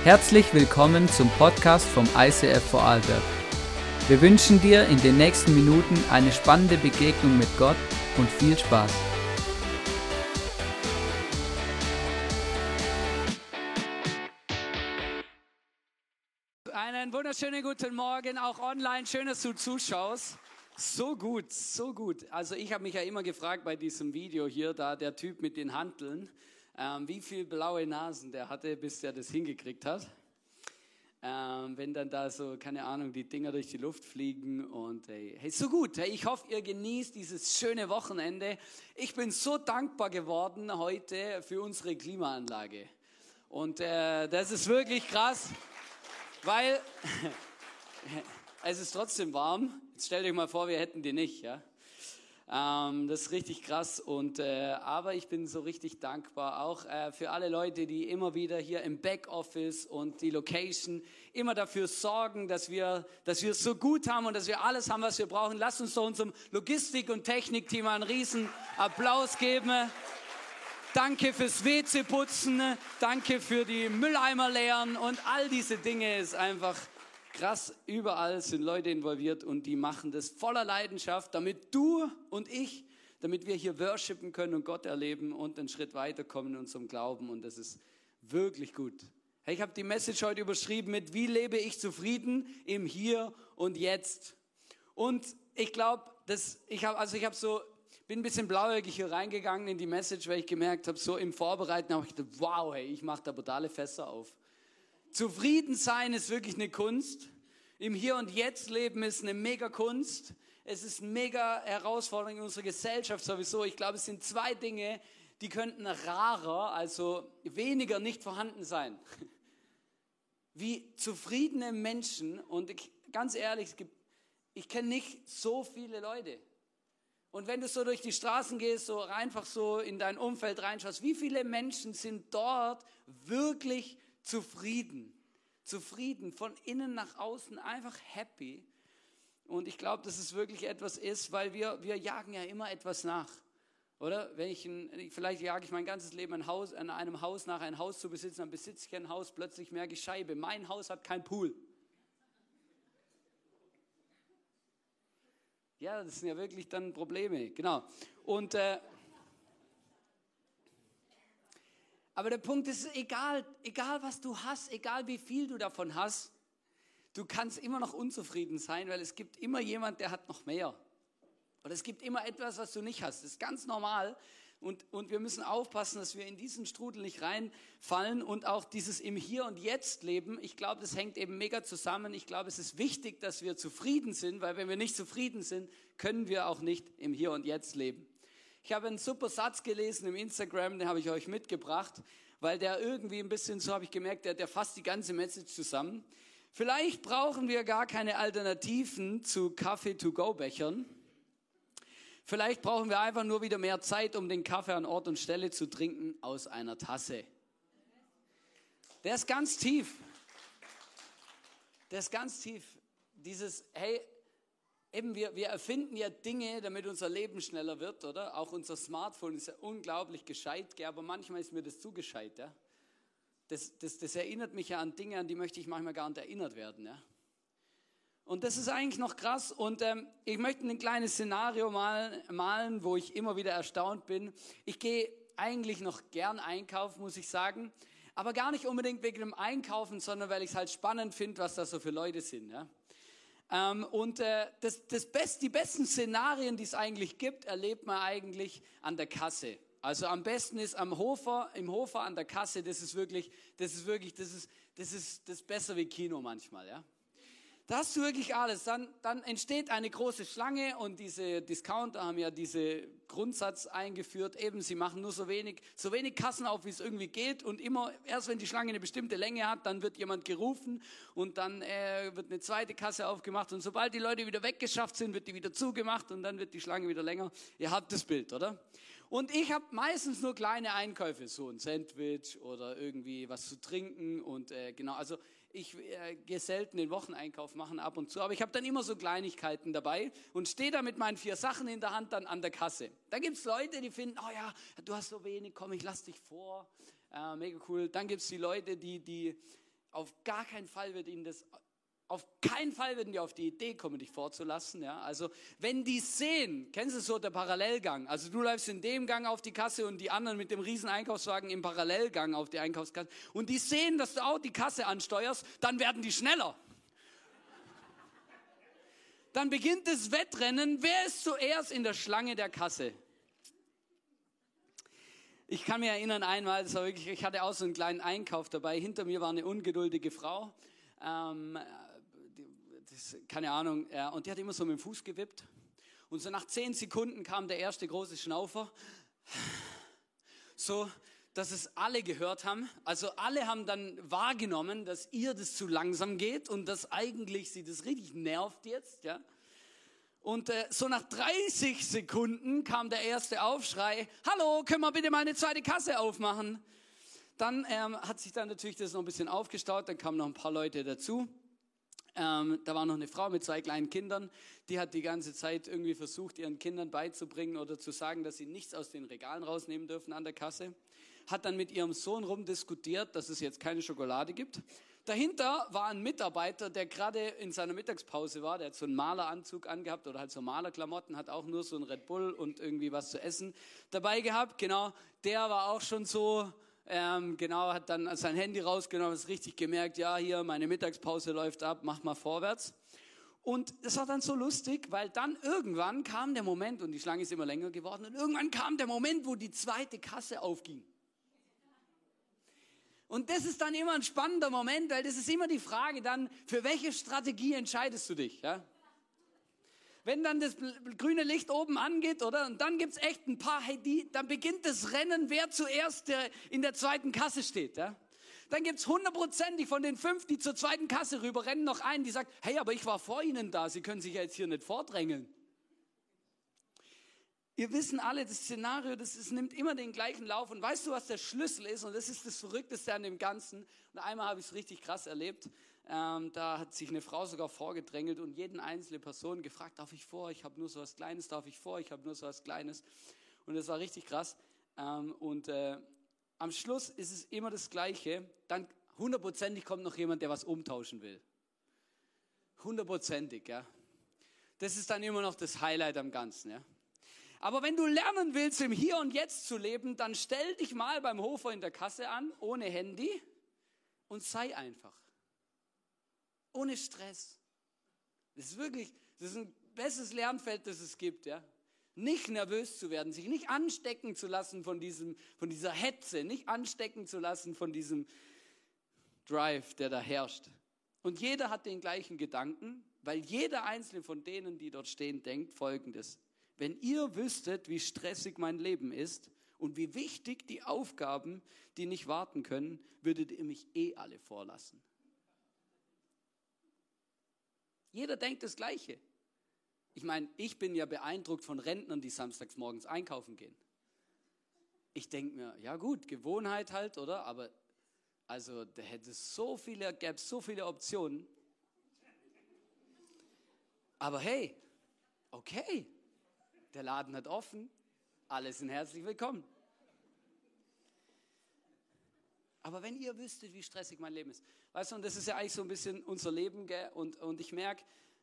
Herzlich willkommen zum Podcast vom ICF Vorarlberg. Wir wünschen dir in den nächsten Minuten eine spannende Begegnung mit Gott und viel Spaß. Einen wunderschönen guten Morgen, auch online. Schön, dass du zuschaust. So gut, so gut. Also ich habe mich ja immer gefragt bei diesem Video hier, da der Typ mit den Hanteln, wie viele blaue Nasen der hatte, bis der das hingekriegt hat. Wenn dann da so, keine Ahnung, die Dinger durch die Luft fliegen und hey, so gut. Hey, ich hoffe, ihr genießt dieses schöne Wochenende. Ich bin so dankbar geworden heute für unsere Klimaanlage. Und das ist wirklich krass, weil es ist trotzdem warm. Jetzt stellt euch mal vor, wir hätten die nicht, ja. Das ist richtig krass aber ich bin so richtig dankbar auch für alle Leute, die immer wieder hier im Backoffice und die Location immer dafür sorgen, dass wir es so gut haben und dass wir alles haben, was wir brauchen. Lasst uns doch unserem Logistik- und Technikteam einen riesen Applaus geben. Danke fürs WC-Putzen, danke für die Mülleimer leeren und all diese Dinge ist einfach krass, überall sind Leute involviert und die machen das voller Leidenschaft, damit du und ich, damit wir hier worshipen können und Gott erleben und einen Schritt weiterkommen in unserem Glauben und das ist wirklich gut. Hey, ich habe die Message heute überschrieben mit wie lebe ich zufrieden im Hier und Jetzt. Und ich glaube, bin ein bisschen blauäugig hier reingegangen in die Message, weil ich gemerkt habe, so im Vorbereiten habe ich gedacht, wow, hey, ich mache da brutale Fässer auf. Zufrieden sein ist wirklich eine Kunst. Im Hier und Jetzt leben ist eine mega Kunst. Es ist eine mega Herausforderung in unserer Gesellschaft sowieso. Ich glaube, es sind zwei Dinge, die könnten rarer, also weniger nicht vorhanden sein. Wie zufriedene Menschen und ganz ehrlich, ich kenne nicht so viele Leute. Und wenn du so durch die Straßen gehst, so einfach so in dein Umfeld reinschaust, wie viele Menschen sind dort wirklich zufrieden, von innen nach außen, einfach happy. Und ich glaube, dass es wirklich etwas ist, weil wir jagen ja immer etwas nach, oder? Vielleicht jage ich mein ganzes Leben an einem Haus nach, ein Haus zu besitzen, dann besitze ich ein Haus, plötzlich merke ich Scheibe, mein Haus hat keinen Pool. Ja, das sind ja wirklich dann Probleme, genau. Und aber der Punkt ist, egal was du hast, egal wie viel du davon hast, du kannst immer noch unzufrieden sein, weil es gibt immer jemand, der hat noch mehr. Oder es gibt immer etwas, was du nicht hast. Das ist ganz normal und wir müssen aufpassen, dass wir in diesen Strudel nicht reinfallen und auch dieses im Hier und Jetzt leben. Ich glaube, das hängt eben mega zusammen. Ich glaube, es ist wichtig, dass wir zufrieden sind, weil wenn wir nicht zufrieden sind, können wir auch nicht im Hier und Jetzt leben. Ich habe einen super Satz gelesen im Instagram, den habe ich euch mitgebracht, weil der irgendwie ein bisschen, so habe ich gemerkt, der fasst die ganze Message zusammen. Vielleicht brauchen wir gar keine Alternativen zu Kaffee-to-go-Bechern. Vielleicht brauchen wir einfach nur wieder mehr Zeit, um den Kaffee an Ort und Stelle zu trinken aus einer Tasse. Der ist ganz tief. Dieses, hey, eben wir erfinden ja Dinge, damit unser Leben schneller wird, oder? Auch unser Smartphone ist ja unglaublich gescheit, aber manchmal ist mir das zu gescheit, ja? Das erinnert mich ja an Dinge, an die möchte ich manchmal gar nicht erinnert werden, ja? Und das ist eigentlich noch krass und ich möchte ein kleines Szenario malen, wo ich immer wieder erstaunt bin. Ich gehe eigentlich noch gern einkaufen, muss ich sagen, aber gar nicht unbedingt wegen dem Einkaufen, sondern weil ich es halt spannend finde, was da so für Leute sind, ja? Die besten Szenarien, die es eigentlich gibt, erlebt man eigentlich an der Kasse. Also am besten ist im Hofer an der Kasse, das ist besser wie Kino manchmal, ja. Da hast du wirklich alles. Dann entsteht eine große Schlange und diese Discounter haben ja diesen Grundsatz eingeführt, eben sie machen nur so wenig Kassen auf, wie es irgendwie geht und immer erst wenn die Schlange eine bestimmte Länge hat, dann wird jemand gerufen und dann wird eine zweite Kasse aufgemacht und sobald die Leute wieder weggeschafft sind, wird die wieder zugemacht und dann wird die Schlange wieder länger. Ihr habt das Bild, oder? Und ich habe meistens nur kleine Einkäufe, so ein Sandwich oder irgendwie was zu trinken und genau, also ich gehe selten den Wocheneinkauf machen ab und zu, aber ich habe dann immer so Kleinigkeiten dabei und stehe da mit meinen 4 Sachen in der Hand dann an der Kasse. Da gibt es Leute, die finden, oh ja, du hast so wenig, komm, ich lass dich vor, mega cool. Dann gibt es die Leute, die auf keinen Fall würden die auf die Idee kommen, dich vorzulassen. Ja? Also wenn die sehen, kennst du so der Parallelgang? Also du läufst in dem Gang auf die Kasse und die anderen mit dem riesen Einkaufswagen im Parallelgang auf die Einkaufskasse. Und die sehen, dass du auch die Kasse ansteuerst, dann werden die schneller. Dann beginnt das Wettrennen, wer ist zuerst in der Schlange der Kasse? Ich kann mich erinnern, einmal, das war wirklich, ich hatte auch so einen kleinen Einkauf dabei, hinter mir war eine ungeduldige Frau, keine Ahnung, und die hat immer so mit dem Fuß gewippt. Und so nach 10 Sekunden kam der erste große Schnaufer, so, dass es alle gehört haben. Also alle haben dann wahrgenommen, dass ihr das zu langsam geht und dass eigentlich sie das richtig nervt jetzt. Ja? Und so nach 30 Sekunden kam der erste Aufschrei, hallo, können wir bitte mal eine zweite Kasse aufmachen? Dann hat sich dann natürlich das noch ein bisschen aufgestaut, dann kamen noch ein paar Leute dazu. Da war noch eine Frau mit 2 kleinen Kindern, die hat die ganze Zeit irgendwie versucht, ihren Kindern beizubringen oder zu sagen, dass sie nichts aus den Regalen rausnehmen dürfen an der Kasse. Hat dann mit ihrem Sohn rumdiskutiert, dass es jetzt keine Schokolade gibt. Dahinter war ein Mitarbeiter, der gerade in seiner Mittagspause war, der hat so einen Maleranzug angehabt oder halt so Malerklamotten, hat auch nur so ein Red Bull und irgendwie was zu essen dabei gehabt. Genau, der war auch schon so... hat dann sein Handy rausgenommen, ist richtig gemerkt, ja, hier, meine Mittagspause läuft ab, mach mal vorwärts. Und das war dann so lustig, weil dann irgendwann kam der Moment, und die Schlange ist immer länger geworden, und irgendwann kam der Moment, wo die zweite Kasse aufging. Und das ist dann immer ein spannender Moment, weil das ist immer die Frage dann, für welche Strategie entscheidest du dich, ja? Wenn dann das grüne Licht oben angeht, oder? Und dann gibt's echt ein paar, dann beginnt das Rennen, wer zuerst in der zweiten Kasse steht. Ja? Dann gibt's 100%ig von den 5, die zur zweiten Kasse rüberrennen, noch einen, die sagt, hey, aber ich war vor Ihnen da, Sie können sich ja jetzt hier nicht vordrängeln. Wir wissen alle, das Szenario, nimmt immer den gleichen Lauf. Und weißt du, was der Schlüssel ist? Und das ist das Verrückteste an dem Ganzen. Und einmal habe ich es richtig krass erlebt. Da hat sich eine Frau sogar vorgedrängelt und jeden einzelne Person gefragt, darf ich vor? Ich habe nur so was Kleines, darf ich vor? Ich habe nur so was Kleines. Und das war richtig krass. Am Schluss ist es immer das Gleiche. Dann 100%ig kommt noch jemand, der was umtauschen will. 100%ig, ja. Das ist dann immer noch das Highlight am Ganzen, ja. Aber wenn du lernen willst, im Hier und Jetzt zu leben, dann stell dich mal beim Hofer in der Kasse an, ohne Handy und sei einfach. Ohne Stress. Das ist ein bestes Lernfeld, das es gibt, ja. Nicht nervös zu werden, sich nicht anstecken zu lassen von dieser Hetze, nicht anstecken zu lassen von diesem Drive, der da herrscht. Und jeder hat den gleichen Gedanken, weil jeder einzelne von denen, die dort stehen, denkt Folgendes. Wenn ihr wüsstet, wie stressig mein Leben ist und wie wichtig die Aufgaben, die nicht warten können, würdet ihr mich alle vorlassen. Jeder denkt das Gleiche. Ich meine, ich bin ja beeindruckt von Rentnern, die samstags morgens einkaufen gehen. Ich denke mir, ja gut, Gewohnheit halt, oder? Aber also, da gäbe es so viele Optionen. Aber hey, okay, der Laden hat offen, alle sind herzlich willkommen. Aber wenn ihr wüsstet, wie stressig mein Leben ist. Weißt du, und das ist ja eigentlich so ein bisschen unser Leben, gell? Und ich merke,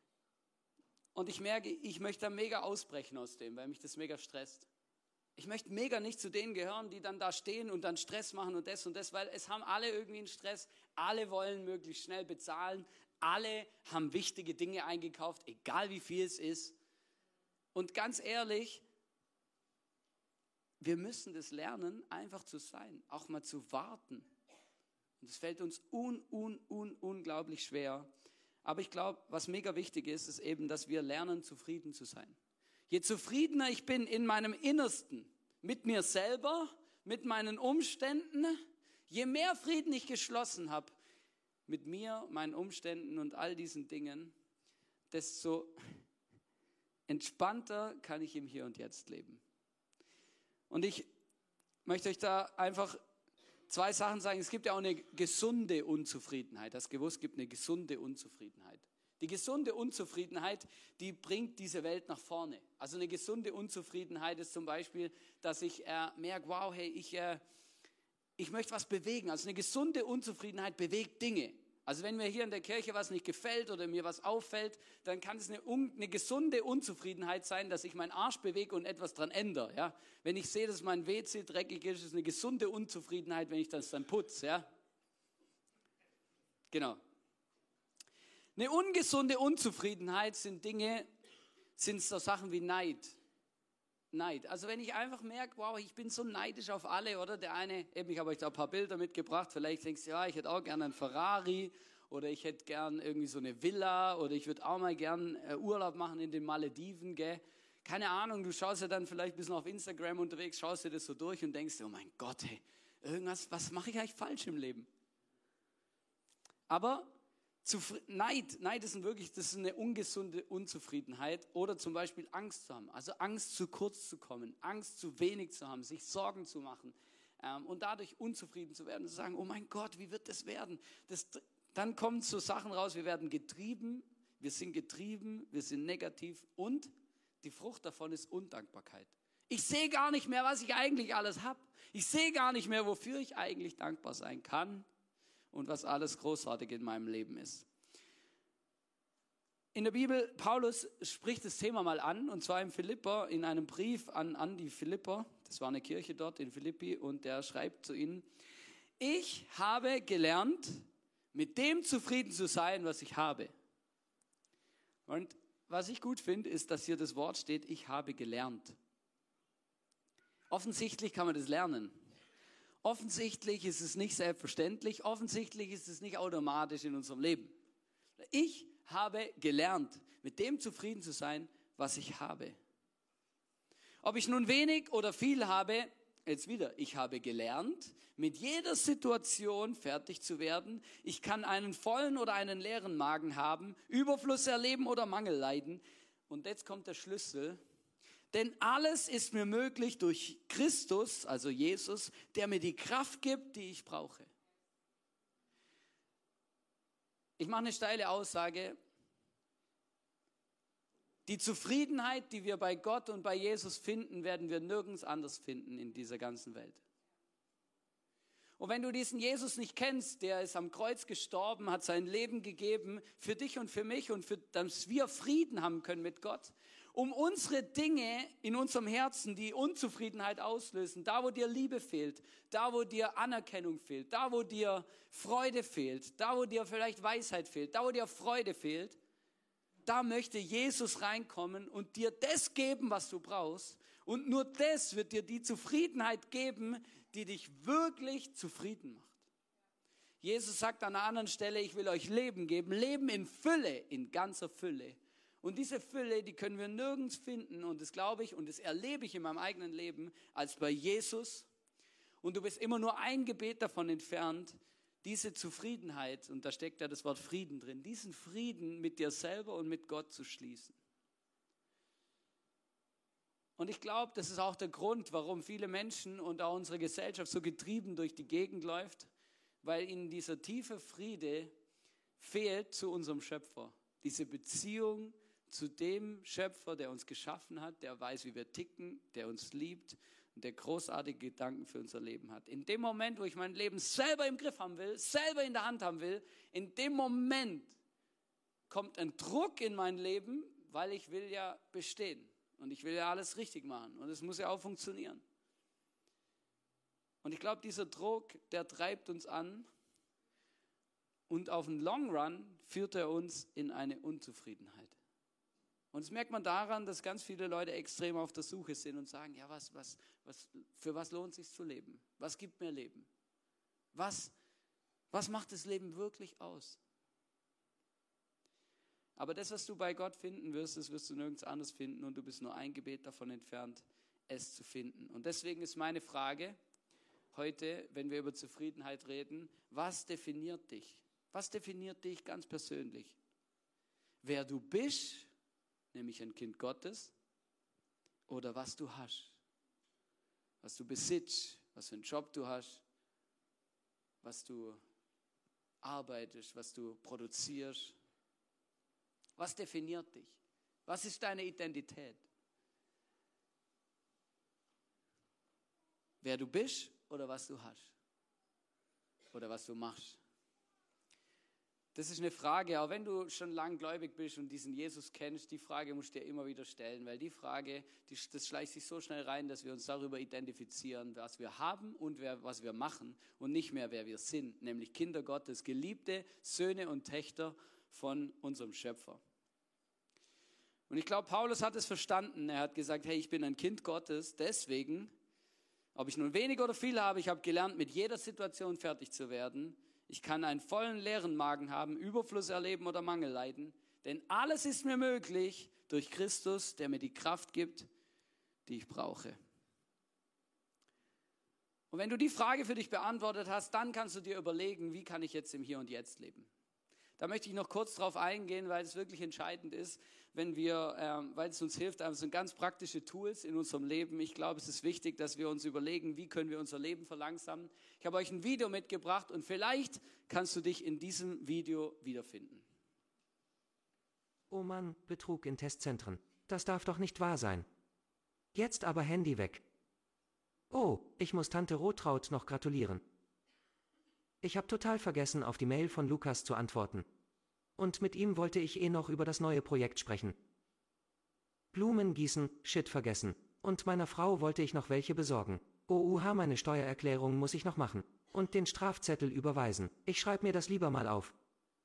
ich möchte da mega ausbrechen aus dem, weil mich das mega stresst. Ich möchte mega nicht zu denen gehören, die dann da stehen und dann Stress machen und das, weil es haben alle irgendwie einen Stress. Alle wollen möglichst schnell bezahlen. Alle haben wichtige Dinge eingekauft, egal wie viel es ist. Und ganz ehrlich, wir müssen das lernen, einfach zu sein, auch mal zu warten. Und es fällt uns unglaublich schwer. Aber ich glaube, was mega wichtig ist, ist eben, dass wir lernen, zufrieden zu sein. Je zufriedener ich bin in meinem Innersten, mit mir selber, mit meinen Umständen, je mehr Frieden ich geschlossen habe mit mir, meinen Umständen und all diesen Dingen, desto entspannter kann ich im Hier und Jetzt leben. Und ich möchte euch da einfach 2 Sachen sagen. Es gibt ja auch eine gesunde Unzufriedenheit. Hast du gewusst, es gibt eine gesunde Unzufriedenheit. Die gesunde Unzufriedenheit, die bringt diese Welt nach vorne. Also eine gesunde Unzufriedenheit ist zum Beispiel, dass ich merke, wow, hey, ich möchte was bewegen. Also eine gesunde Unzufriedenheit bewegt Dinge. Also wenn mir hier in der Kirche was nicht gefällt oder mir was auffällt, dann kann es eine gesunde Unzufriedenheit sein, dass ich meinen Arsch bewege und etwas dran ändere. Ja? Wenn ich sehe, dass mein WC dreckig ist, ist es eine gesunde Unzufriedenheit, wenn ich das dann putze. Ja? Genau. Eine ungesunde Unzufriedenheit sind so Sachen wie Neid. Also wenn ich einfach merke, wow, ich bin so neidisch auf alle, oder? Der eine, ich habe euch da ein paar Bilder mitgebracht, vielleicht denkst du, ja, ich hätte auch gerne einen Ferrari oder ich hätte gern irgendwie so eine Villa oder ich würde auch mal gern Urlaub machen in den Malediven, gell? Keine Ahnung, du schaust ja dann vielleicht ein bisschen auf Instagram unterwegs, schaust dir das so durch und denkst, oh mein Gott, hey, was mache ich eigentlich falsch im Leben? Aber Neid ist das ist eine ungesunde Unzufriedenheit oder zum Beispiel Angst zu haben. Also Angst, zu kurz zu kommen, Angst, zu wenig zu haben, sich Sorgen zu machen und dadurch unzufrieden zu werden und zu sagen, oh mein Gott, wie wird das werden? Dann kommen so Sachen raus, wir sind getrieben, wir sind negativ und die Frucht davon ist Undankbarkeit. Ich sehe gar nicht mehr, was ich eigentlich alles habe. Ich sehe gar nicht mehr, wofür ich eigentlich dankbar sein kann. Und was alles großartig in meinem Leben ist. In der Bibel, Paulus spricht das Thema mal an, und zwar in einem Brief an die Philipper. Das war eine Kirche dort in Philippi, und der schreibt zu ihnen, ich habe gelernt, mit dem zufrieden zu sein, was ich habe. Und was ich gut finde, ist, dass hier das Wort steht, ich habe gelernt. Offensichtlich kann man das lernen. Offensichtlich ist es nicht selbstverständlich, offensichtlich ist es nicht automatisch in unserem Leben. Ich habe gelernt, mit dem zufrieden zu sein, was ich habe. Ob ich nun wenig oder viel habe, jetzt wieder, ich habe gelernt, mit jeder Situation fertig zu werden. Ich kann einen vollen oder einen leeren Magen haben, Überfluss erleben oder Mangel leiden. Und jetzt kommt der Schlüssel. Denn alles ist mir möglich durch Christus, also Jesus, der mir die Kraft gibt, die ich brauche. Ich mache eine steile Aussage. Die Zufriedenheit, die wir bei Gott und bei Jesus finden, werden wir nirgends anders finden in dieser ganzen Welt. Und wenn du diesen Jesus nicht kennst, der ist am Kreuz gestorben, hat sein Leben gegeben für dich und für mich und dass wir Frieden haben können mit Gott, um unsere Dinge in unserem Herzen, die Unzufriedenheit auslösen, da wo dir Liebe fehlt, da wo dir Anerkennung fehlt, da wo dir Freude fehlt, da wo dir vielleicht Weisheit fehlt, da wo dir Freude fehlt, da möchte Jesus reinkommen und dir das geben, was du brauchst. Und nur das wird dir die Zufriedenheit geben, die dich wirklich zufrieden macht. Jesus sagt an einer anderen Stelle, ich will euch Leben geben, Leben in Fülle, in ganzer Fülle. Und diese Fülle, die können wir nirgends finden, und das glaube ich und das erlebe ich in meinem eigenen Leben, als bei Jesus. Und du bist immer nur ein Gebet davon entfernt, diese Zufriedenheit, und da steckt ja das Wort Frieden drin, diesen Frieden mit dir selber und mit Gott zu schließen. Und ich glaube, das ist auch der Grund, warum viele Menschen und auch unsere Gesellschaft so getrieben durch die Gegend läuft, weil ihnen dieser tiefe Friede fehlt zu unserem Schöpfer. Diese Beziehung zu dem Schöpfer, der uns geschaffen hat, der weiß, wie wir ticken, der uns liebt und der großartige Gedanken für unser Leben hat. In dem Moment, wo ich mein Leben selber im Griff haben will, selber in der Hand haben will, in dem Moment kommt ein Druck in mein Leben, weil ich will ja bestehen und ich will ja alles richtig machen und es muss ja auch funktionieren. Und ich glaube, dieser Druck, der treibt uns an und auf den Long Run führt er uns in eine Unzufriedenheit. Und das merkt man daran, dass ganz viele Leute extrem auf der Suche sind und sagen, ja, für was lohnt es sich zu leben? Was gibt mir Leben? Was macht das Leben wirklich aus? Aber das, was du bei Gott finden wirst, das wirst du nirgends anders finden und du bist nur ein Gebet davon entfernt, es zu finden. Und deswegen ist meine Frage heute, wenn wir über Zufriedenheit reden, was definiert dich? Was definiert dich ganz persönlich? Wer du bist, nämlich ein Kind Gottes, oder was du hast, was du besitzt, was für einen Job du hast, was du arbeitest, was du produzierst. Was definiert dich? Was ist deine Identität? Wer du bist oder was du hast? Oder was du machst? Das ist eine Frage, auch wenn du schon lang gläubig bist und diesen Jesus kennst, die Frage musst du dir immer wieder stellen, weil die Frage, das schleicht sich so schnell rein, dass wir uns darüber identifizieren, was wir haben und was wir machen und nicht mehr, wer wir sind, nämlich Kinder Gottes, geliebte Söhne und Töchter von unserem Schöpfer. Und ich glaube, Paulus hat es verstanden. Er hat gesagt, hey, ich bin ein Kind Gottes, deswegen, ob ich nun wenig oder viel habe, ich habe gelernt, mit jeder Situation fertig zu werden. Ich kann einen vollen, leeren Magen haben, Überfluss erleben oder Mangel leiden. Denn alles ist mir möglich durch Christus, der mir die Kraft gibt, die ich brauche. Und wenn du die Frage für dich beantwortet hast, dann kannst du dir überlegen, wie kann ich jetzt im Hier und Jetzt leben. Da möchte ich noch kurz drauf eingehen, weil es wirklich entscheidend ist, weil es uns hilft, also sind ganz praktische Tools in unserem Leben. Ich glaube, es ist wichtig, dass wir uns überlegen, wie können wir unser Leben verlangsamen. Ich habe euch ein Video mitgebracht und vielleicht kannst du dich in diesem Video wiederfinden. Oh Mann, Betrug in Testzentren. Das darf doch nicht wahr sein. Jetzt aber Handy weg. Oh, ich muss Tante Rotraud noch gratulieren. Ich habe total vergessen, auf die Mail von Lukas zu antworten. Und mit ihm wollte ich noch über das neue Projekt sprechen. Blumen gießen, shit vergessen. Und meiner Frau wollte ich noch welche besorgen. Meine Steuererklärung muss ich noch machen. Und den Strafzettel überweisen. Ich schreibe mir das lieber mal auf.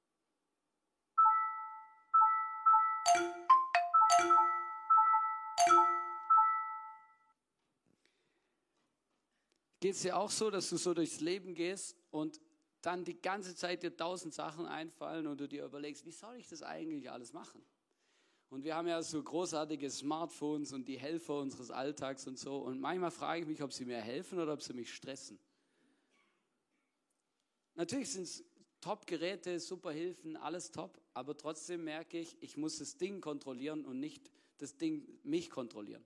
Geht es dir auch so, dass du so durchs Leben gehst und dann die ganze Zeit dir 1000 Sachen einfallen und du dir überlegst, wie soll ich das eigentlich alles machen? Und wir haben ja so großartige Smartphones und die Helfer unseres Alltags und so. Und manchmal frage ich mich, ob sie mir helfen oder ob sie mich stressen. Natürlich sind es Top-Geräte, super Hilfen, alles top. Aber trotzdem merke ich, ich muss das Ding kontrollieren und nicht das Ding mich kontrollieren.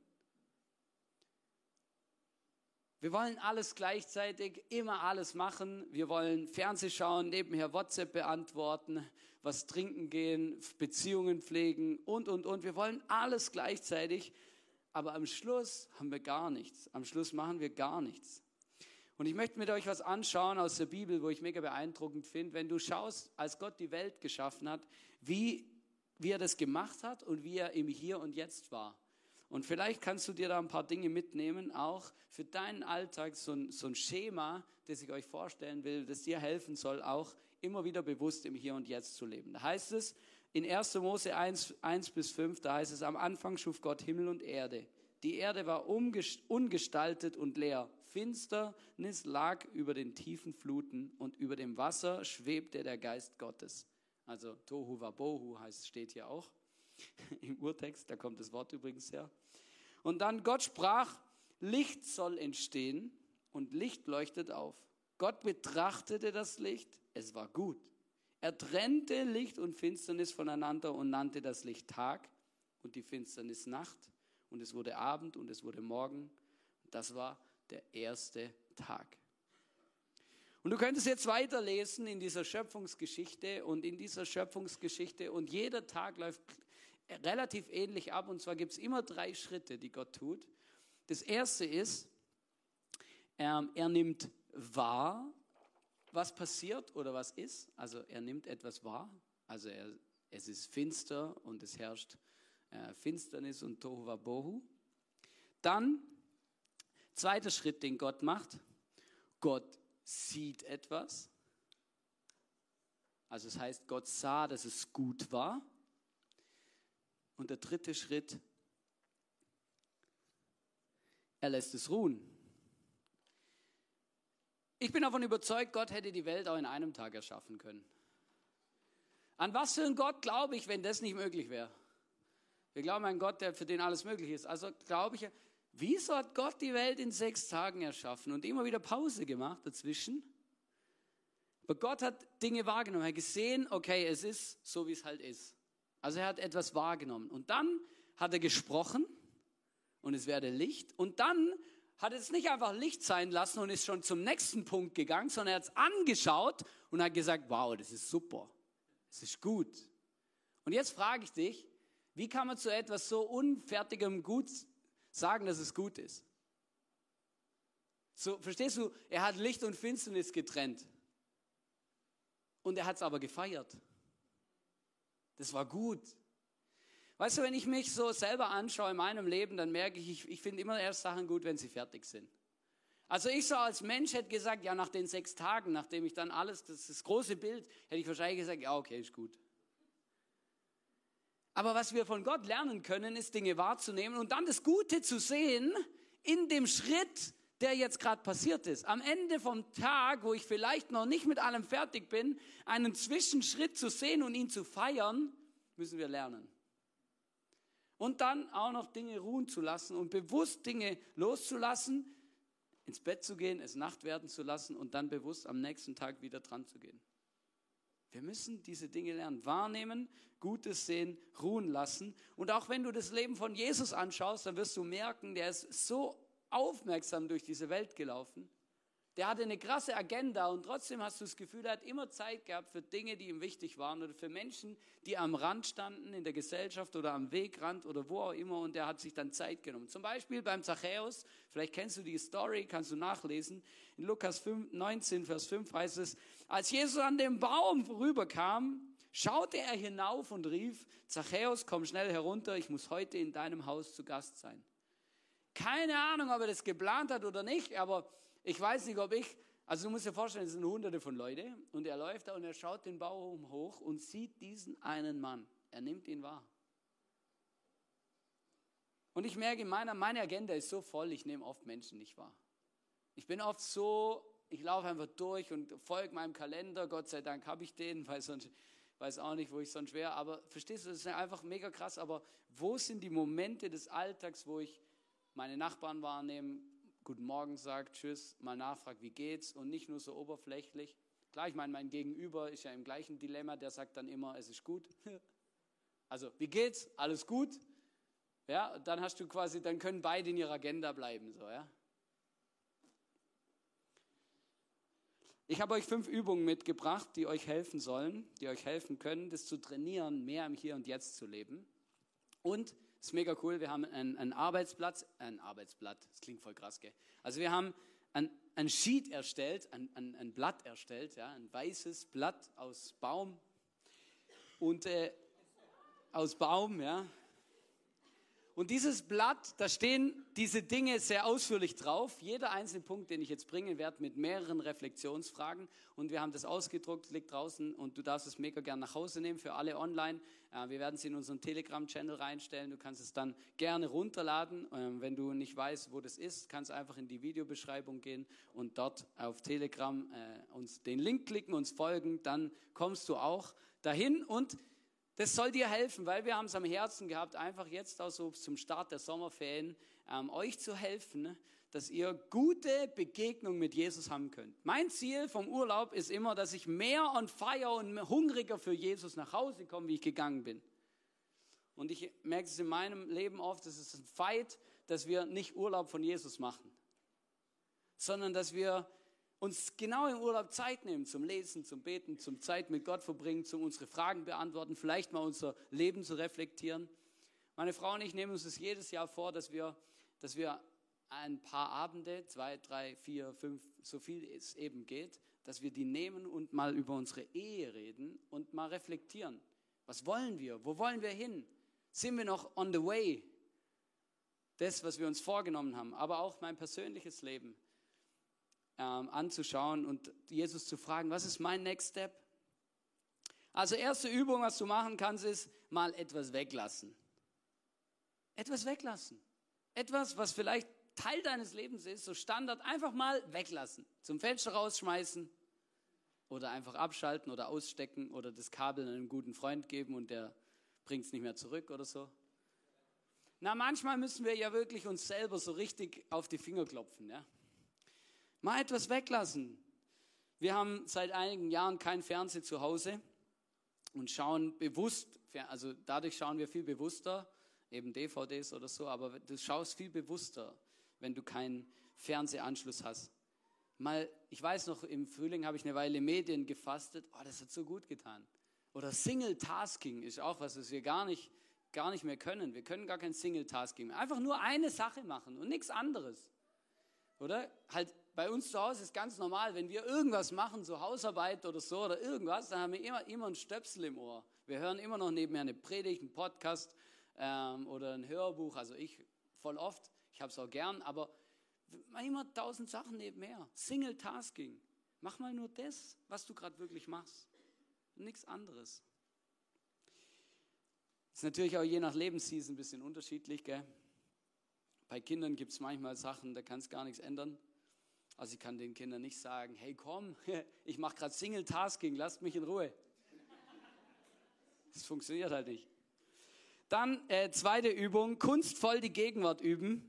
Wir wollen alles gleichzeitig, immer alles machen. Wir wollen Fernseh schauen, nebenher WhatsApp beantworten, was trinken gehen, Beziehungen pflegen und. Wir wollen alles gleichzeitig, aber am Schluss haben wir gar nichts. Am Schluss machen wir gar nichts. Und ich möchte mit euch was anschauen aus der Bibel, wo ich mega beeindruckend finde, wenn du schaust, als Gott die Welt geschaffen hat, wie er das gemacht hat und wie er im Hier und Jetzt war. Und vielleicht kannst du dir da ein paar Dinge mitnehmen, auch für deinen Alltag, so ein Schema, das ich euch vorstellen will, das dir helfen soll, auch immer wieder bewusst im Hier und Jetzt zu leben. Da heißt es in 1. Mose 1-5, da heißt es, am Anfang schuf Gott Himmel und Erde. Die Erde war ungestaltet und leer. Finsternis lag über den tiefen Fluten und über dem Wasser schwebte der Geist Gottes. Also Tohu Wabohu steht hier auch im Urtext, da kommt das Wort übrigens her. Und dann Gott sprach, Licht soll entstehen und Licht leuchtet auf. Gott betrachtete das Licht, es war gut. Er trennte Licht und Finsternis voneinander und nannte das Licht Tag und die Finsternis Nacht. Und es wurde Abend und es wurde Morgen. Das war der erste Tag. Und du könntest jetzt weiterlesen in dieser Schöpfungsgeschichte und jeder Tag läuft relativ ähnlich ab. Und zwar gibt es immer 3 Schritte, die Gott tut. Das erste ist, er nimmt wahr, was passiert oder was ist. Also er nimmt etwas wahr. Also es ist finster und es herrscht Finsternis und Tohu Wabohu. Dann, zweiter Schritt, den Gott macht. Gott sieht etwas. Also es heißt, Gott sah, dass es gut war. Und der dritte Schritt, er lässt es ruhen. Ich bin davon überzeugt, Gott hätte die Welt auch in einem Tag erschaffen können. An was für einen Gott glaube ich, wenn das nicht möglich wäre? Wir glauben an einen Gott, für den alles möglich ist. Also glaube ich, wieso hat Gott die Welt in 6 Tagen erschaffen und immer wieder Pause gemacht dazwischen? Aber Gott hat Dinge wahrgenommen. Er hat gesehen, okay, es ist so, wie es halt ist. Also er hat etwas wahrgenommen. Und dann hat er gesprochen und es werde Licht. Und dann hat er es nicht einfach Licht sein lassen und ist schon zum nächsten Punkt gegangen, sondern er hat es angeschaut und hat gesagt, wow, das ist super, das ist gut. Und jetzt frage ich dich, wie kann man zu etwas so unfertigem gut sagen, dass es gut ist? So, verstehst du, er hat Licht und Finsternis getrennt. Und er hat es aber gefeiert. Das war gut. Weißt du, wenn ich mich so selber anschaue in meinem Leben, dann merke ich finde immer erst Sachen gut, wenn sie fertig sind. Also ich so als Mensch hätte gesagt, ja, nach den 6 Tagen, nachdem ich dann das große Bild, hätte ich wahrscheinlich gesagt, ja, okay, ist gut. Aber was wir von Gott lernen können, ist Dinge wahrzunehmen und dann das Gute zu sehen in dem Schritt, der jetzt gerade passiert ist. Am Ende vom Tag, wo ich vielleicht noch nicht mit allem fertig bin, einen Zwischenschritt zu sehen und ihn zu feiern, müssen wir lernen. Und dann auch noch Dinge ruhen zu lassen und bewusst Dinge loszulassen, ins Bett zu gehen, es Nacht werden zu lassen und dann bewusst am nächsten Tag wieder dran zu gehen. Wir müssen diese Dinge lernen, wahrnehmen, Gutes sehen, ruhen lassen. Und auch wenn du das Leben von Jesus anschaust, dann wirst du merken, der ist so aufmerksam durch diese Welt gelaufen. Der hatte eine krasse Agenda und trotzdem hast du das Gefühl, er hat immer Zeit gehabt für Dinge, die ihm wichtig waren oder für Menschen, die am Rand standen in der Gesellschaft oder am Wegrand oder wo auch immer und er hat sich dann Zeit genommen. Zum Beispiel beim Zachäus, vielleicht kennst du die Story, kannst du nachlesen. In Lukas 19, Vers 5 heißt es, als Jesus an dem Baum vorüberkam, schaute er hinauf und rief, Zachäus, komm schnell herunter, ich muss heute in deinem Haus zu Gast sein. Keine Ahnung, ob er das geplant hat oder nicht, aber ich weiß nicht, also du musst dir vorstellen, es sind Hunderte von Leuten und er läuft da und er schaut den Baum hoch und sieht diesen einen Mann. Er nimmt ihn wahr. Und ich merke, meine Agenda ist so voll, ich nehme oft Menschen nicht wahr. Ich bin oft so, ich laufe einfach durch und folge meinem Kalender, Gott sei Dank habe ich den, weil sonst weiß auch nicht, wo ich sonst wäre, aber verstehst du, das ist einfach mega krass, aber wo sind die Momente des Alltags, wo ich meine Nachbarn wahrnehme, Guten Morgen sagt, Tschüss, mal nachfragt, wie geht's und nicht nur so oberflächlich. Klar, ich meine, mein Gegenüber ist ja im gleichen Dilemma, der sagt dann immer, es ist gut. Also, wie geht's? Alles gut? Ja, dann hast du quasi, dann können beide in ihrer Agenda bleiben, so, ja. Ich habe euch 5 Übungen mitgebracht, die euch helfen sollen, die euch helfen können, das zu trainieren, mehr im Hier und Jetzt zu leben. Und das ist mega cool, wir haben ein Arbeitsblatt, das klingt voll krass, gell? Also wir haben ein Sheet erstellt, ein Blatt erstellt, ja, ein weißes Blatt aus Baum und ja. Und dieses Blatt, da stehen diese Dinge sehr ausführlich drauf. Jeder einzelne Punkt, den ich jetzt bringen werde, mit mehreren Reflexionsfragen. Und wir haben das ausgedruckt, liegt draußen und du darfst es mega gern nach Hause nehmen für alle online. Wir werden es in unseren Telegram-Channel reinstellen. Du kannst es dann gerne runterladen. Wenn du nicht weißt, wo das ist, kannst du einfach in die Videobeschreibung gehen und dort auf Telegram uns den Link klicken, uns folgen. Dann kommst du auch dahin und das soll dir helfen, weil wir haben es am Herzen gehabt, einfach jetzt auch so zum Start der Sommerferien, euch zu helfen, dass ihr gute Begegnungen mit Jesus haben könnt. Mein Ziel vom Urlaub ist immer, dass ich mehr on fire und hungriger für Jesus nach Hause komme, wie ich gegangen bin. Und ich merke es in meinem Leben oft, es ist ein Fight, dass wir nicht Urlaub von Jesus machen, sondern dass wir uns genau im Urlaub Zeit nehmen zum Lesen, zum Beten, zum Zeit mit Gott verbringen, zum unsere Fragen beantworten, vielleicht mal unser Leben zu reflektieren. Meine Frau und ich nehmen uns das jedes Jahr vor, dass wir ein paar Abende, 2, 3, 4, 5, so viel es eben geht, dass wir die nehmen und mal über unsere Ehe reden und mal reflektieren. Was wollen wir? Wo wollen wir hin? Sind wir noch on the way? Das, was wir uns vorgenommen haben, aber auch mein persönliches Leben anzuschauen und Jesus zu fragen, was ist mein Next Step? Also erste Übung, was du machen kannst, ist mal etwas weglassen. Etwas weglassen. Etwas, was vielleicht Teil deines Lebens ist, so Standard, einfach mal weglassen. Zum Fenster rausschmeißen oder einfach abschalten oder ausstecken oder das Kabel einem guten Freund geben und der bringt es nicht mehr zurück oder so. Na, manchmal müssen wir ja wirklich uns selber so richtig auf die Finger klopfen, ja. Mal etwas weglassen. Wir haben seit einigen Jahren kein Fernsehen zu Hause und schauen bewusst, also dadurch schauen wir viel bewusster, eben DVDs oder so, aber du schaust viel bewusster, wenn du keinen Fernsehanschluss hast. Ich weiß noch, im Frühling habe ich eine Weile Medien gefastet, das hat so gut getan. Oder Single-Tasking ist auch was wir gar nicht mehr können. Wir können gar kein Single-Tasking mehr. Einfach nur eine Sache machen und nichts anderes. Oder? Halt bei uns zu Hause ist ganz normal, wenn wir irgendwas machen, so Hausarbeit oder so oder irgendwas, dann haben wir immer einen Stöpsel im Ohr. Wir hören immer noch nebenher eine Predigt, einen Podcast oder ein Hörbuch. Also ich voll oft, ich habe es auch gern, aber immer 1000 Sachen nebenher. Single Tasking. Mach mal nur das, was du gerade wirklich machst. Nichts anderes. Ist natürlich auch je nach Lebensseason ein bisschen unterschiedlich, gell? Bei Kindern gibt es manchmal Sachen, da kannst du gar nichts ändern. Also ich kann den Kindern nicht sagen, hey komm, ich mache gerade Single Tasking, lasst mich in Ruhe. Das funktioniert halt nicht. Dann zweite Übung, kunstvoll die Gegenwart üben.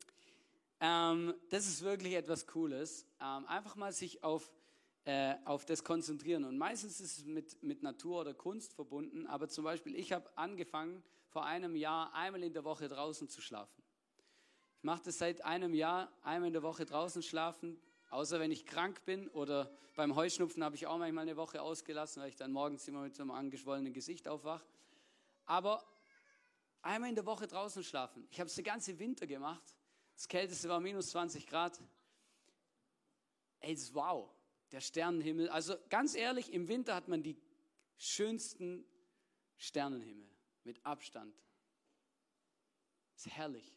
Das ist wirklich etwas Cooles. Einfach mal sich auf das konzentrieren. Und meistens ist es mit Natur oder Kunst verbunden. Aber zum Beispiel, ich habe angefangen, vor einem Jahr einmal in der Woche draußen zu schlafen. Ich mache das seit einem Jahr, einmal in der Woche draußen schlafen, außer wenn ich krank bin oder beim Heuschnupfen habe ich auch manchmal eine Woche ausgelassen, weil ich dann morgens immer mit so einem angeschwollenen Gesicht aufwache. Aber einmal in der Woche draußen schlafen. Ich habe es den ganzen Winter gemacht. Das Kälteste war minus 20 Grad. Ey, das ist wow. Der Sternenhimmel. Also ganz ehrlich, im Winter hat man die schönsten Sternenhimmel. Mit Abstand. Das ist herrlich.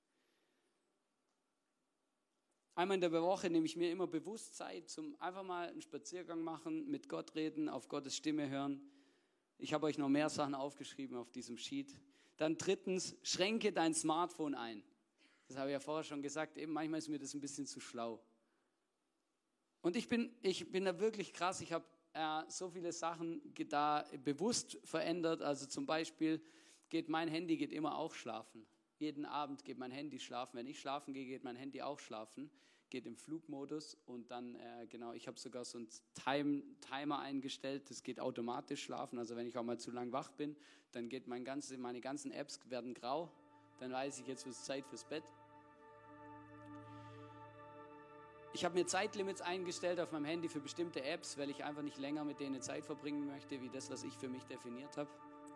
Einmal in der Woche nehme ich mir immer bewusst Zeit zum einfach mal einen Spaziergang machen, mit Gott reden, auf Gottes Stimme hören. Ich habe euch noch mehr Sachen aufgeschrieben auf diesem Sheet. Dann drittens, schränke dein Smartphone ein. Das habe ich ja vorher schon gesagt, eben manchmal ist mir das ein bisschen zu schlau. Und ich bin da wirklich krass, ich habe so viele Sachen da bewusst verändert. Also zum Beispiel mein Handy geht immer auch schlafen. Jeden Abend geht mein Handy schlafen. Wenn ich schlafen gehe, geht mein Handy auch schlafen. Geht im Flugmodus und dann, ich habe sogar so einen Timer eingestellt, das geht automatisch schlafen. Also wenn ich auch mal zu lang wach bin, dann geht meine ganzen Apps werden grau. Dann weiß ich, jetzt ist Zeit fürs Bett. Ich habe mir Zeitlimits eingestellt auf meinem Handy für bestimmte Apps, weil ich einfach nicht länger mit denen Zeit verbringen möchte, wie das, was ich für mich definiert habe.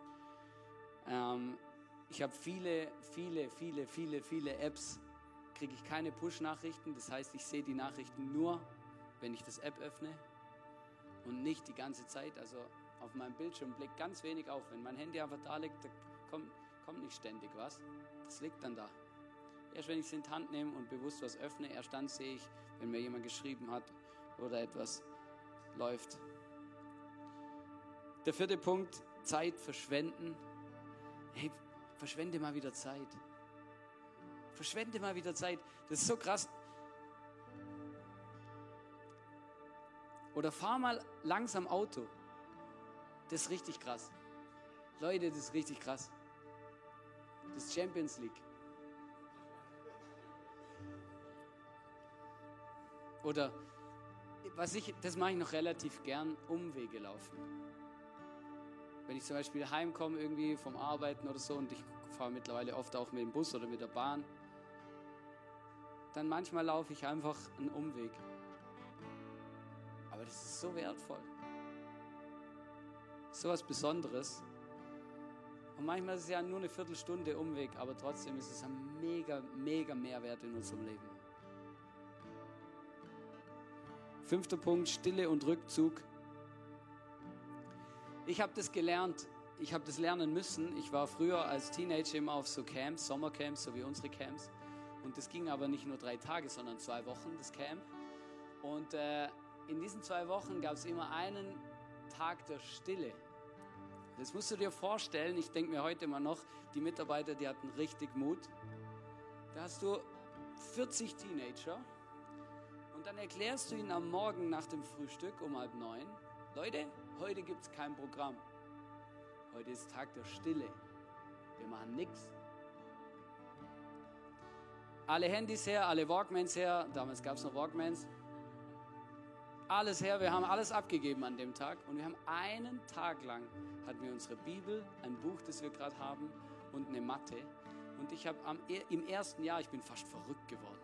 Ich habe viele Apps, kriege ich keine Push-Nachrichten. Das heißt, ich sehe die Nachrichten nur, wenn ich das App öffne und nicht die ganze Zeit. Also auf meinem Bildschirm blickt ganz wenig auf. Wenn mein Handy einfach da liegt, da kommt nicht ständig was. Das liegt dann da. Erst wenn ich es in die Hand nehme und bewusst was öffne, erst dann sehe ich, wenn mir jemand geschrieben hat oder etwas läuft. Der vierte Punkt, Zeit verschwenden. Hey, verschwende mal wieder Zeit. Verschwende mal wieder Zeit. Das ist so krass. Oder fahr mal langsam Auto. Das ist richtig krass. Leute, das ist richtig krass. Das ist Champions League. Oder das mache ich noch relativ gern, Umwege laufen. Wenn ich zum Beispiel heimkomme irgendwie vom Arbeiten oder so und ich fahre mittlerweile oft auch mit dem Bus oder mit der Bahn, dann manchmal laufe ich einfach einen Umweg. Aber das ist so wertvoll. So was Besonderes. Und manchmal ist es ja nur eine Viertelstunde Umweg, aber trotzdem ist es ein mega Mehrwert in unserem Leben. 5. Punkt, Stille und Rückzug. Ich habe das gelernt, ich habe das lernen müssen. Ich war früher als Teenager immer auf so Camps, Sommercamps, so wie unsere Camps. Und das ging aber nicht nur 3 Tage, sondern 2 Wochen, das Camp. Und in diesen 2 Wochen gab es immer einen Tag der Stille. Das musst du dir vorstellen, ich denke mir heute immer noch, die Mitarbeiter, die hatten richtig Mut. Da hast du 40 Teenager und dann erklärst du ihnen am Morgen nach dem Frühstück um 8:30, Leute, heute gibt es kein Programm. Heute ist Tag der Stille. Wir machen nichts. Alle Handys her, alle Walkmans her. Damals gab es noch Walkmans. Alles her, wir haben alles abgegeben an dem Tag. Und wir haben einen Tag lang, hatten wir unsere Bibel, ein Buch, das wir gerade haben und eine Matte. Und ich habe im ersten Jahr, ich bin fast verrückt geworden.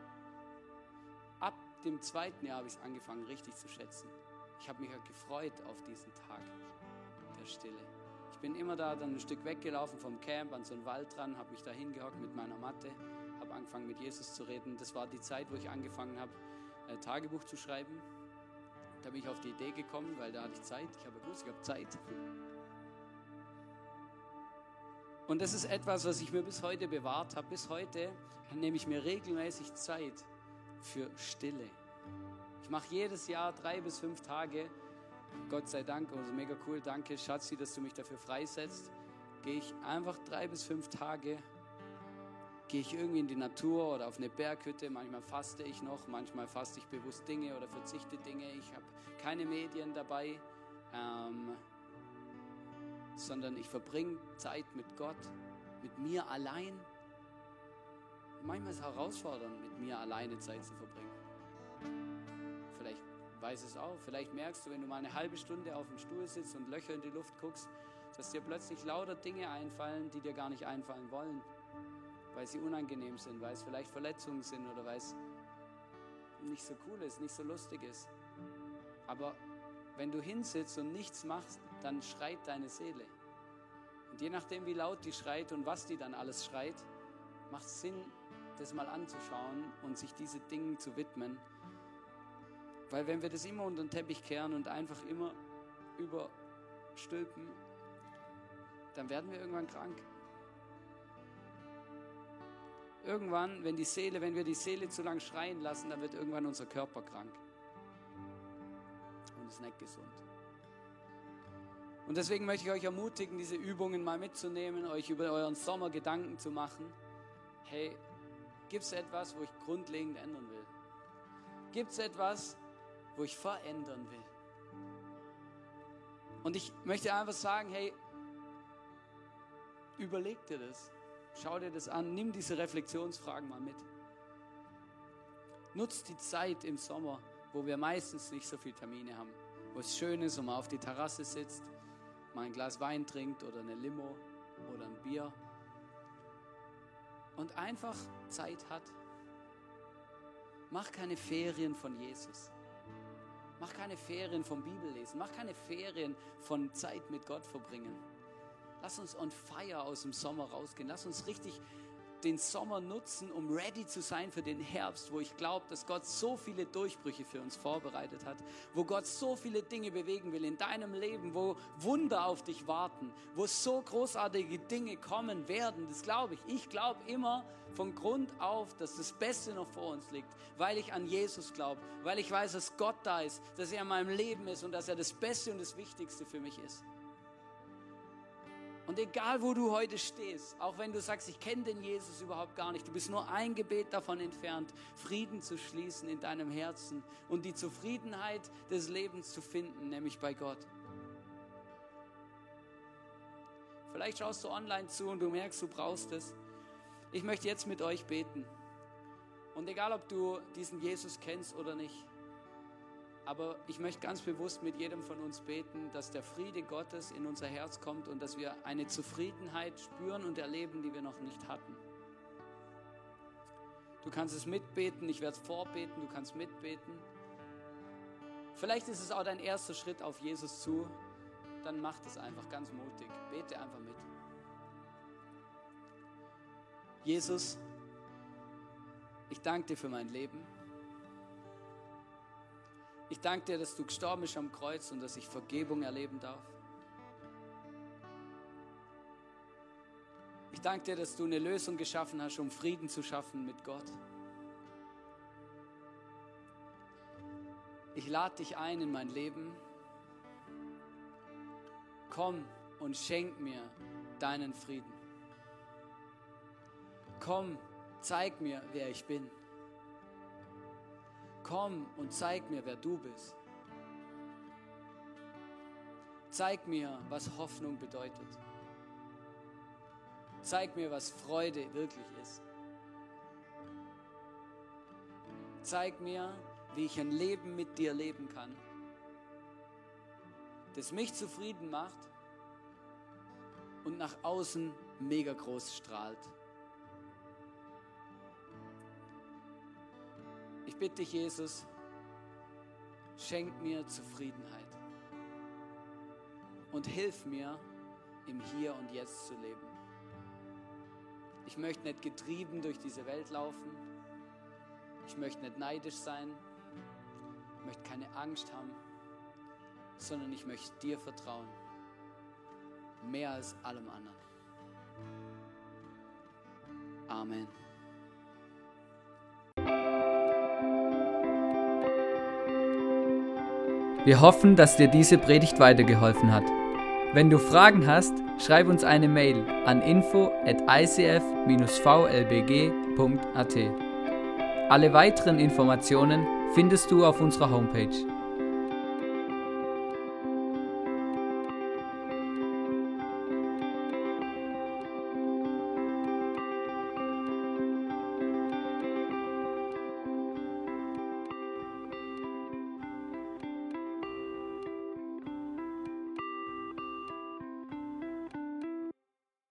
Ab dem 2. Jahr habe ich es angefangen, richtig zu schätzen. Ich habe mich halt gefreut auf diesen Tag der Stille. Ich bin immer da dann ein Stück weggelaufen vom Camp, an so einen Wald dran, habe mich da hingehockt mit meiner Matte, habe angefangen mit Jesus zu reden. Das war die Zeit, wo ich angefangen habe, Tagebuch zu schreiben. Da bin ich auf die Idee gekommen, weil da hatte ich Zeit. Ich habe gewusst, ich habe Zeit. Und das ist etwas, was ich mir bis heute bewahrt habe. Bis heute nehme ich mir regelmäßig Zeit für Stille. Ich mache jedes Jahr 3 bis 5 Tage. Gott sei Dank, also mega cool, danke Schatzi, dass du mich dafür freisetzt. Gehe ich einfach 3 bis 5 Tage, gehe ich irgendwie in die Natur oder auf eine Berghütte. Manchmal faste ich noch, manchmal faste ich bewusst Dinge oder verzichte Dinge. Ich habe keine Medien dabei, sondern ich verbringe Zeit mit Gott, mit mir allein. Manchmal ist es herausfordernd, mit mir alleine Zeit zu verbringen. Vielleicht weiß es auch, vielleicht merkst du, wenn du mal eine halbe Stunde auf dem Stuhl sitzt und Löcher in die Luft guckst, dass dir plötzlich lauter Dinge einfallen, die dir gar nicht einfallen wollen, weil sie unangenehm sind, weil es vielleicht Verletzungen sind oder weil es nicht so cool ist, nicht so lustig ist. Aber wenn du hinsitzt und nichts machst, dann schreit deine Seele. Und je nachdem, wie laut die schreit und was die dann alles schreit, macht es Sinn, das mal anzuschauen und sich diese Dinge zu widmen. Weil wenn wir das immer unter den Teppich kehren und einfach immer überstülpen, dann werden wir irgendwann krank. Irgendwann, wenn wir die Seele zu lang schreien lassen, dann wird irgendwann unser Körper krank. Und ist nicht gesund. Und deswegen möchte ich euch ermutigen, diese Übungen mal mitzunehmen, euch über euren Sommer Gedanken zu machen. Hey, gibt es etwas, wo ich grundlegend ändern will? Gibt es etwas, wo ich verändern will? Und ich möchte einfach sagen, hey, überleg dir das. Schau dir das an, nimm diese Reflexionsfragen mal mit. Nutzt die Zeit im Sommer, wo wir meistens nicht so viele Termine haben, wo es schön ist und man auf die Terrasse sitzt, mal ein Glas Wein trinkt oder eine Limo oder ein Bier und einfach Zeit hat. Mach keine Ferien von Jesus. Mach keine Ferien vom Bibellesen. Mach keine Ferien von Zeit mit Gott verbringen. Lass uns on fire aus dem Sommer rausgehen. Lass uns richtig den Sommer nutzen, um ready zu sein für den Herbst, wo ich glaube, dass Gott so viele Durchbrüche für uns vorbereitet hat, wo Gott so viele Dinge bewegen will in deinem Leben, wo Wunder auf dich warten, wo so großartige Dinge kommen werden. Das glaube ich. Ich glaube immer von Grund auf, dass das Beste noch vor uns liegt, weil ich an Jesus glaube, weil ich weiß, dass Gott da ist, dass er in meinem Leben ist und dass er das Beste und das Wichtigste für mich ist. Und egal, wo du heute stehst, auch wenn du sagst, ich kenne den Jesus überhaupt gar nicht, du bist nur ein Gebet davon entfernt, Frieden zu schließen in deinem Herzen und die Zufriedenheit des Lebens zu finden, nämlich bei Gott. Vielleicht schaust du online zu und du merkst, du brauchst es. Ich möchte jetzt mit euch beten. Und egal, ob du diesen Jesus kennst oder nicht, aber ich möchte ganz bewusst mit jedem von uns beten, dass der Friede Gottes in unser Herz kommt und dass wir eine Zufriedenheit spüren und erleben, die wir noch nicht hatten. Du kannst es mitbeten, ich werde es vorbeten, du kannst mitbeten. Vielleicht ist es auch dein erster Schritt auf Jesus zu, dann mach das einfach ganz mutig. Bete einfach mit. Jesus, ich danke dir für mein Leben. Ich danke dir, dass du gestorben bist am Kreuz und dass ich Vergebung erleben darf. Ich danke dir, dass du eine Lösung geschaffen hast, um Frieden zu schaffen mit Gott. Ich lade dich ein in mein Leben. Komm und schenk mir deinen Frieden. Komm, zeig mir, wer ich bin. Komm und zeig mir, wer du bist. Zeig mir, was Hoffnung bedeutet. Zeig mir, was Freude wirklich ist. Zeig mir, wie ich ein Leben mit dir leben kann, das mich zufrieden macht und nach außen mega groß strahlt. Ich bitte dich, Jesus, schenk mir Zufriedenheit und hilf mir, im Hier und Jetzt zu leben. Ich möchte nicht getrieben durch diese Welt laufen. Ich möchte nicht neidisch sein. keine Angst haben, sondern ich möchte dir vertrauen. Mehr als allem anderen. Amen. Wir hoffen, dass dir diese Predigt weitergeholfen hat. Wenn du Fragen hast, schreib uns eine Mail an info@icf-vlbg.at. Alle weiteren Informationen findest du auf unserer Homepage.